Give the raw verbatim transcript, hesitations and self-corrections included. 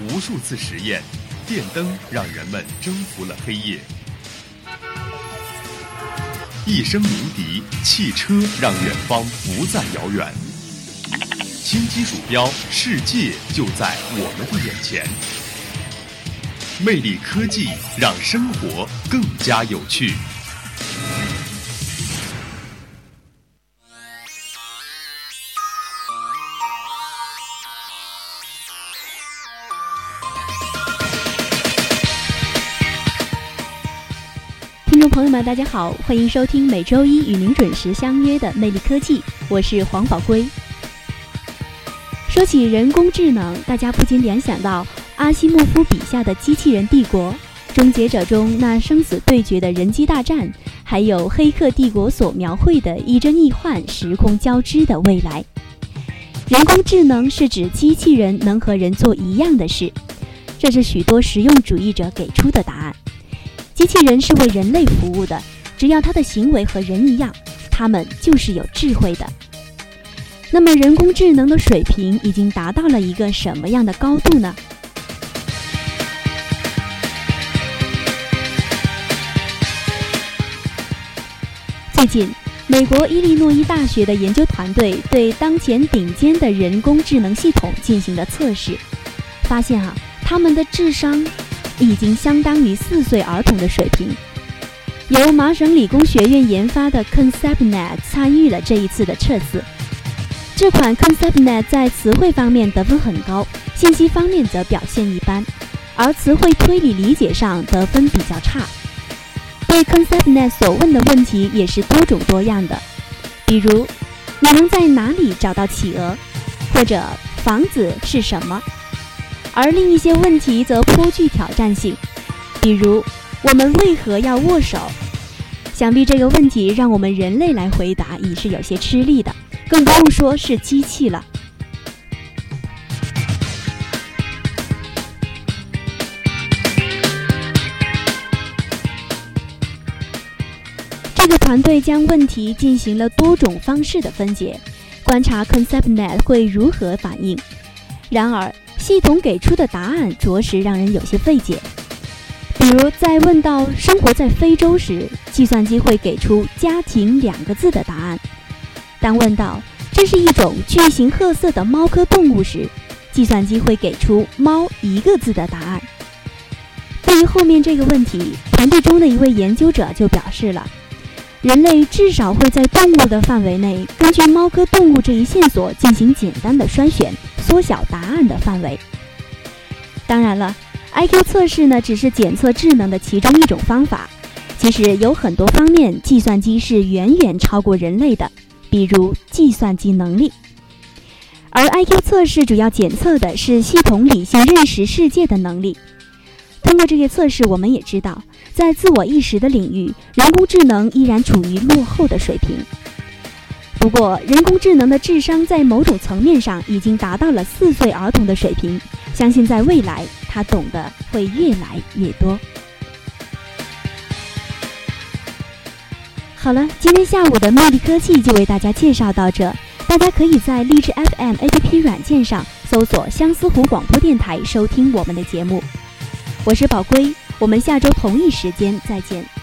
无数次实验，电灯让人们征服了黑夜。一声鸣笛，汽车让远方不再遥远。轻击鼠标，世界就在我们的眼前。魅力科技让生活更加有趣。 听众朋友们大家好，欢迎收听每周一与您准时相约的魅力科技，我是黄宝圭。说起人工智能，大家不禁联想到阿西莫夫笔下的机器人帝国、终结者中那生死对决的人机大战，还有黑客帝国所描绘的亦真亦幻、时空交织的未来。人工智能是指机器人能和人做一样的事，这是许多实用主义者给出的答案。机器人是为人类服务的，只要它的行为和人一样，它们就是有智慧的。那么人工智能的水平已经达到了一个什么样的高度呢？最近，美国伊利诺伊大学的研究团队对当前顶尖的人工智能系统进行了测试，发现啊，他们的智商已经相当于四岁儿童的水平。由麻省理工学院研发的 ConceptNet 参与了这一次的测试。这款 ConceptNet 在词汇方面得分很高，信息方面则表现一般，而词汇推理理解上得分比较差。对 ConceptNet 所问的问题也是多种多样的，比如你能在哪里找到企鹅，或者房子是什么？而另一些问题则颇具挑战性，比如我们为何要握手？想必这个问题让我们人类来回答已是有些吃力的，更不用说是机器了。这个团队将问题进行了多种方式的分解，观察 ConceptNet 会如何反应。然而系统给出的答案着实让人有些费解。比如在问到生活在非洲时，计算机会给出家庭两个字的答案；当问到这是一种巨型褐色的猫科动物时，计算机会给出猫一个字的答案。对于后面这个问题，团队中的一位研究者就表示了，人类至少会在动物的范围内，根据猫科动物这一线索进行简单的筛选，缩小答案的范围。当然了， I Q 测试呢只是检测智能的其中一种方法，其实有很多方面计算机是远远超过人类的，比如计算机能力。而 I Q 测试主要检测的是系统理性认识世界的能力。通过这些测试，我们也知道，在自我意识的领域，人工智能依然处于落后的水平。不过人工智能的智商在某种层面上已经达到了四岁儿童的水平，相信在未来他懂得会越来越多。好了，今天下午的魅力科技就为大家介绍到这，大家可以在荔枝 F M A P P 软件上搜索相思湖广播电台收听我们的节目。我是宝圭，我们下周同一时间再见。